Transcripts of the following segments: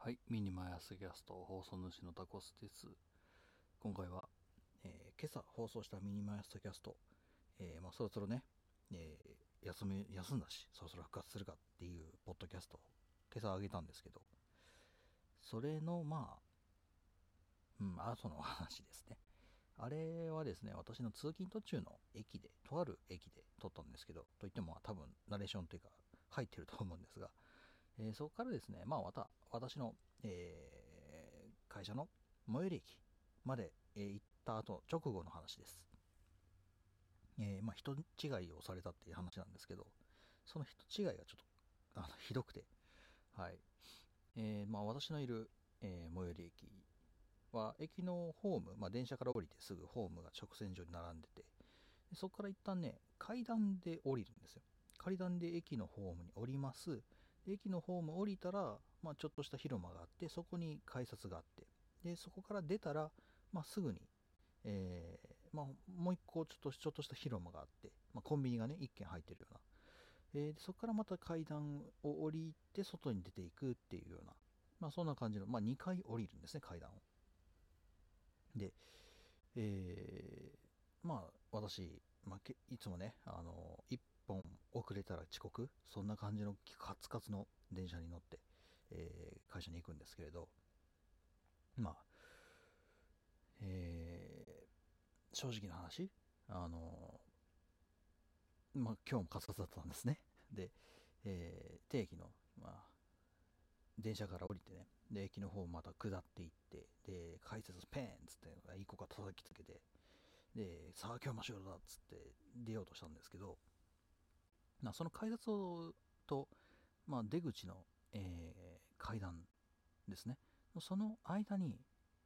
はい、ミニマイアスキャスト放送主のタコスです。今回は、今朝放送したミニマイアスキャスト、そろそろね、休んだし、そろそろ復活するかっていうポッドキャストを今朝あげたんですけど、それの後の話ですね。あれはですね、私の通勤途中の駅で、とある駅で撮ったんですけど、といっても多分ナレーションというか入ってると思うんですが、そこからですね、私の、会社の最寄り駅まで、行った後、直後の話です。人違いをされたっていう話なんですけど、その人違いがちょっとひどくて、はい。私のいる、最寄り駅は、駅のホーム、電車から降りてすぐホームが直線上に並んでて、でそこから一旦ね、階段で降りるんですよ。階段で駅のホームに降ります。駅のホーム降りたら、ちょっとした広間があって、そこに改札があって、でそこから出たら、すぐに、もう一個ちょっとした広間があって、コンビニがね、一軒入ってるような。でそこからまた階段を降りて、外に出ていくっていうような、そんな感じの、2回降りるんですね、階段を。で、私、いつもね、1本遅れたら遅刻、そんな感じのカツカツの電車に乗って、会社に行くんですけれど、まあ、正直な話、あの今日もカツカツだったんですね。で、定期の、電車から降りてね、で、駅の方また下っていって、で、改札ペーンっつって、一個か叩きつけて、で、さあ今日も仕事だっつって出ようとしたんですけど、その改札と、出口の、階段ですね。その間に、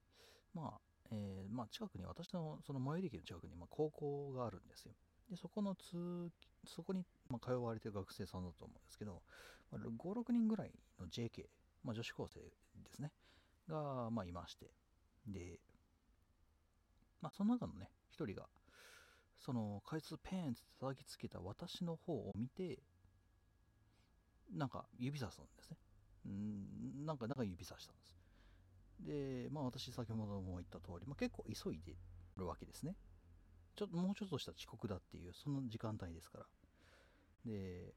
近くに、私のその最寄り駅の近くに、高校があるんですよ。で、そこに、通われてる学生さんだと思うんですけど、5、6人ぐらいの JK、女子高生ですね、が、いまして、で、その中のね、一人が、その、開通ペーンって叩きつけた私の方を見て、なんか指さすんですね。なんか指さしたんです。で、私先ほども言った通り、結構急いでるわけですね。もうちょっとした遅刻だっていう、その時間帯ですから。で、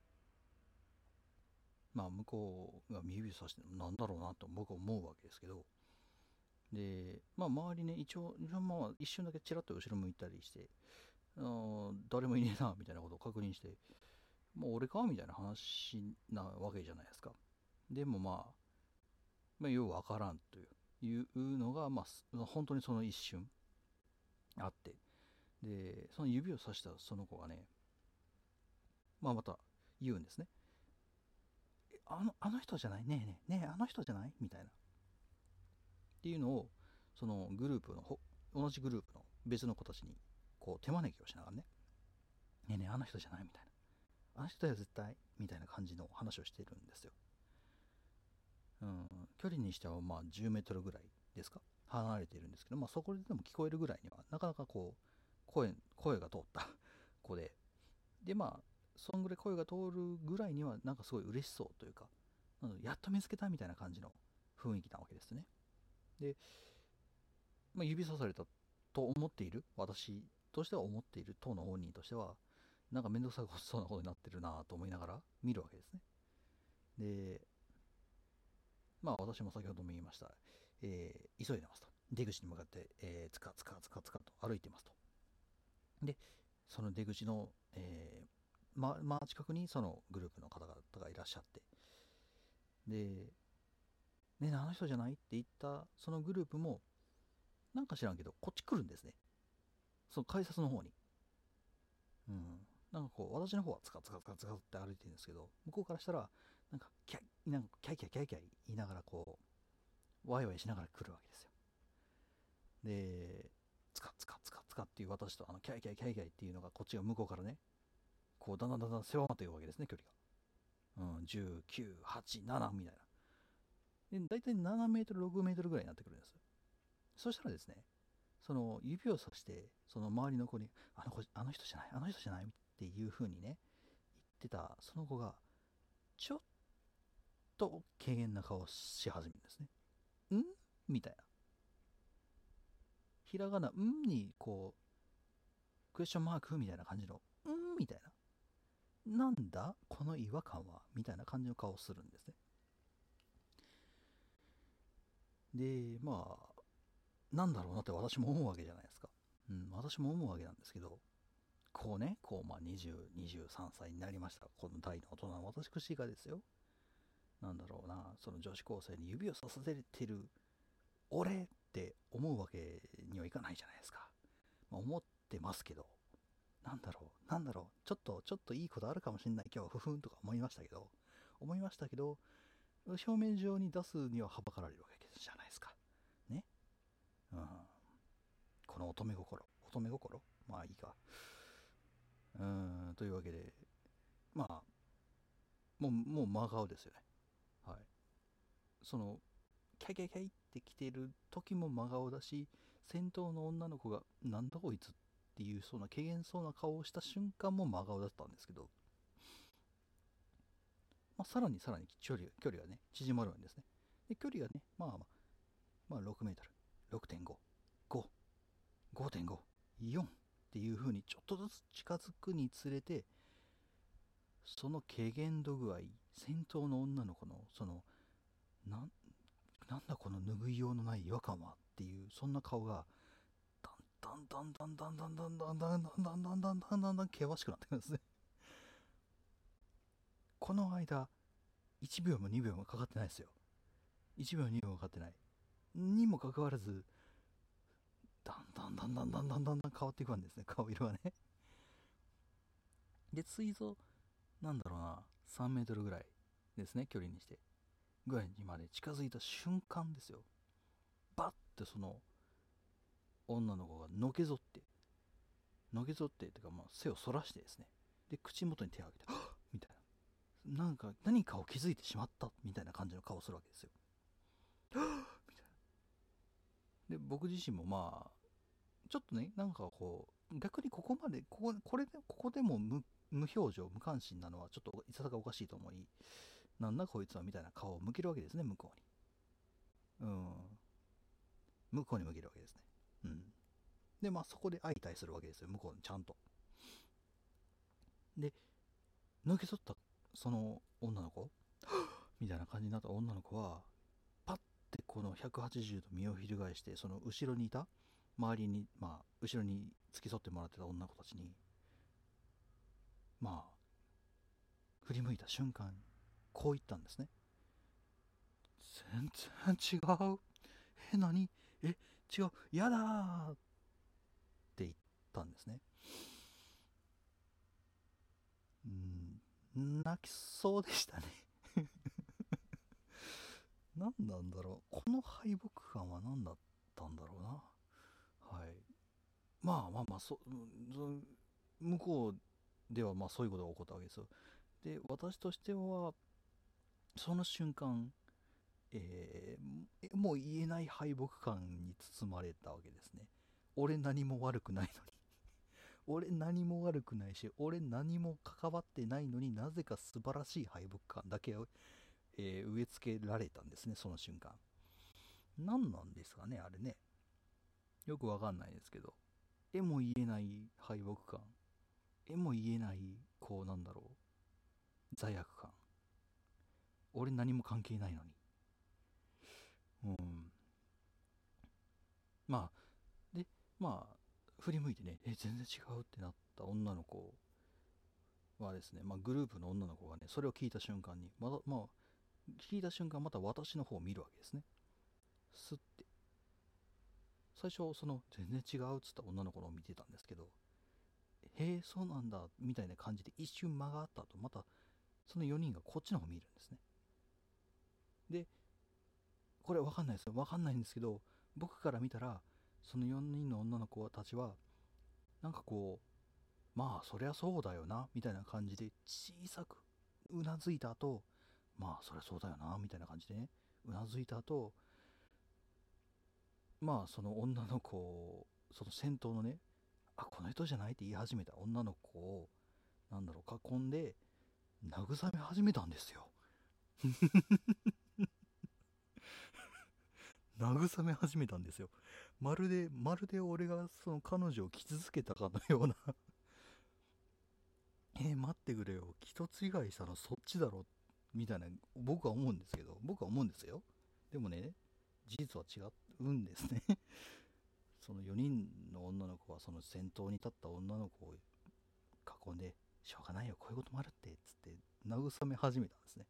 向こうが指さして、なんだろうなと僕は思うわけですけど、で、周りね、一瞬だけちらっと後ろ向いたりして、誰もいねえな、みたいなことを確認して、もう俺かみたいな話なわけじゃないですか。でもようわからんというのが、本当にその一瞬あって、で、その指をさしたその子がね、また言うんですね。あの人じゃないねえねえねえ、あの人じゃないみたいな。っていうのを、そのグループの、同じグループの別の子たちに、こう手招きをしながらね、ねえねえ、あの人じゃないみたいな。あの人だよ絶対みたいな感じの話をしてるんですよ。うん、距離にしては10メートルぐらいですか離れているんですけど、そこでも聞こえるぐらいにはなかなかこう声が通った子で、でそんぐらい声が通るぐらいにはなんかすごい嬉しそうというか、やっと見つけたみたいな感じの雰囲気なわけですね。で、指さされたと思っている私としては思っている当の本人としては、なんか面倒くさそうなことになってるなと思いながら見るわけですね。で、私も先ほども言いました、急いでますと。出口に向かって、つかつかつかつかと歩いてますと。で、その出口の、近くにそのグループの方々がいらっしゃって、で、ね、あの人じゃないって言ったそのグループも、なんか知らんけど、こっち来るんですね。その改札の方に。うん。なんかこう、私の方はつかつかつかつかって歩いてるんですけど、向こうからしたら、なんかキャイキャイキャイキャイ言いながらこう、ワイワイしながら来るわけですよ。で、つかつかつかつかっていう私とキャイキャイキャイキャイっていうのがこっちが向こうからね、こうだんだんだんだん狭まっていくわけですね、距離が。10、9、8、7みたいな。で、大体7メートル、6メートルぐらいになってくるんです。そしたらですね、その指をさして、その周りの子に、あの人じゃない、あの人じゃないっていう風にね、言ってた、その子が、ちょっと軽減な顔し始めるんですね。んみたいな。ひらがな、に、こう、クエスチョンマークみたいな感じの、みたいな。なんだこの違和感はみたいな感じの顔をするんですね。で、まあ、なんだろうなって私も思うわけじゃないですか。私も思うわけなんですけど、こうね、まあ20、23歳になりました。この大の大人の私がですよ。なんだろうな、その女子高生に指をささせてる俺って思うわけにはいかないじゃないですか。まあ、思ってますけど、なんだろう、ちょっといいことあるかもしれない、今日はふふんとか思いましたけど、表面上に出すにははばかられるわけじゃないですか。ね。うん。この乙女心まあいいか。というわけで、まあ、もう真顔ですよね。はい。その、キャキャキャイって来てる時も真顔だし、先頭の女の子が、なんだこいつっていうそうな、怪げそうな顔をした瞬間も真顔だったんですけど、まあ、さらに距離がね、縮まるんですね。で、距離がね、6メートル、6.5、5、5.5、4っていう風にちょっとずつ近づくにつれて、その軽減度具合、先頭の女の子の、なんだこの拭いようのない違和感はっていう、そんな顔が、だんだんだんだんだんだんだんだんだんだんだんだんだんだんだん険しくなってくるんですね。この間、1秒も2秒もかかってないですよ。1秒2秒もかかってない。にもかかわらず、だんだんだんだんだんだんだんだん変わっていくんですね、顔色がね。で、ついぞ、なんだろうな、3メートルぐらいですね、距離にして。ぐらいにまで近づいた瞬間ですよ。バッてその女の子がのけぞってっていうか、まあ、背をそらしてですね。で、口元に手を挙げて、はっみたいな。何かを気づいてしまったみたいな感じの顔をするわけですよ。はっみたいな。で、僕自身もまあ、ちょっとね、なんかこう、逆にここまで、ここでも無表情、無関心なのはちょっといささかおかしいと思い、なんだこいつはみたいな顔を向けるわけですね、向こうに。向こうに向けるわけですね。で、まあそこで相対するわけですよ、向こうにちゃんと。で、抜け取ったその女の子みたいな感じになった女の子は、パッてこの180度身を翻して、その後ろにいた、周りに、まあ、後ろに付き添ってもらってた女の子たちに、まあ、振り向いた瞬間、こう言ったんですね。全然違う。何違う。やだーって言ったんですね。泣きそうでしたね。何なんだろう。この敗北感は何だったんだろうな。はい。向こうではまあそういうことが起こったわけですよ。で、私としては、その瞬間、もう言えない敗北感に包まれたわけですね。俺何も悪くないのに。俺何も悪くないし、俺何も関わってないのになぜか素晴らしい敗北感だけを、植え付けられたんですね、その瞬間。何なんですかね、あれね。よくわかんないですけど。絵も言えない敗北感。絵も言えない、こうなんだろう、罪悪感。俺何も関係ないのに。うん。まあ、で、まあ、振り向いてね、全然違うってなった女の子はですね、まあ、グループの女の子がね、それを聞いた瞬間に、聞いた瞬間、また私の方を見るわけですね。すって。最初、全然違うっつった女の子のを見てたんですけど、へえ、そうなんだ、みたいな感じで一瞬間があった後、また、その4人がこっちの方を見るんですね。で、これわかんないですよ。わかんないんですけど、僕から見たら、その4人の女の子たちは、なんかこう、まあ、そりゃそうだよな、みたいな感じで、小さくうなずいた後、まあ、そりゃそうだよな、みたいな感じでね、うなずいた後、まあ、その女の子を、その先頭のね、あ、この人じゃないって言い始めた女の子を、囲んで、慰め始めたんですよ。 慰め始めたんですよ。まるで俺がその彼女を傷つけたかのような待ってくれよ。一つ違いしたのそっちだろ。みたいな、僕は思うんですけど、僕は思うんですよ。でもね、事実は違うんですね。その4人の女の子はその先頭に立った女の子を囲んで、しょうがないよ、こういうこともあるって、つって慰め始めたんですね。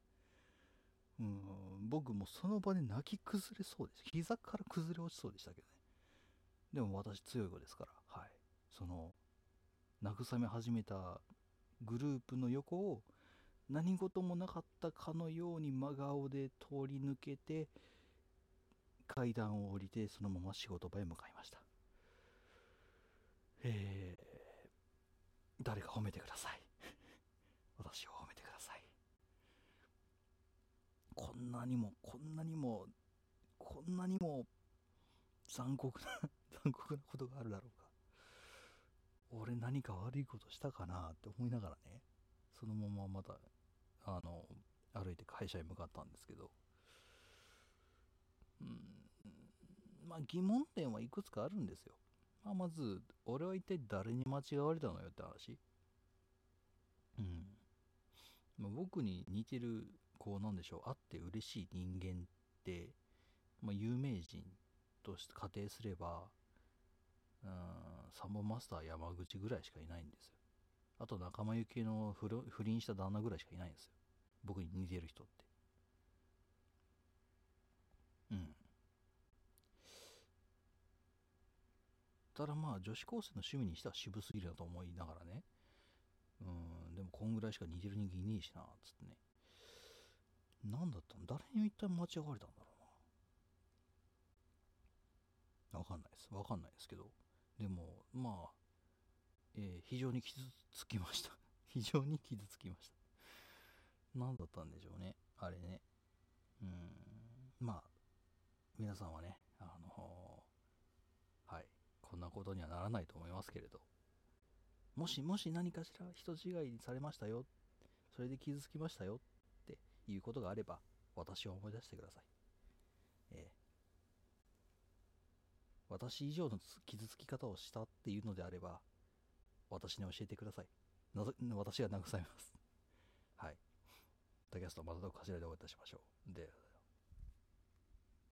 僕もその場で泣き崩れそうです。膝から崩れ落ちそうでしたけどね。でも私強い子ですから、はい。その、慰め始めたグループの横を何事もなかったかのように真顔で通り抜けて、階段を降りてそのまま仕事場へ向かいました。誰か褒めてください。私を褒めてください。こんなにも残酷な残酷なことがあるだろうか。俺何か悪いことしたかなって思いながらね、そのまままた歩いて会社へ向かったんですけど、まあ疑問点はいくつかあるんですよ。まず俺は一体誰に間違われたのよって話。僕に似てる、こうなんでしょう、会って嬉しい人間って、有名人として仮定すれば、サンボマスター山口ぐらいしかいないんですよ。あと仲間由紀恵の不倫した旦那ぐらいしかいないんですよ。僕に似てる人って。うん。ただ女子高生の趣味にしては渋すぎるなと思いながらね。でもこんぐらいしか似てる人間いねえしな、つってね。何だったの、誰に一体間違われたんだろうな。わかんないですけど。でも、非常に傷つきました。非常に傷つきました。何だったんでしょうね、あれね。皆さんはね、はい、こんなことにはならないと思いますけれど、もし何かしら人違いにされましたよ、それで傷つきましたよっていうことがあれば、私を思い出してください。私以上の傷つき方をしたっていうのであれば、私に教えてください。私が慰めます。はい。ポッドキャストまたどこかしらでお会いいたしましょう。で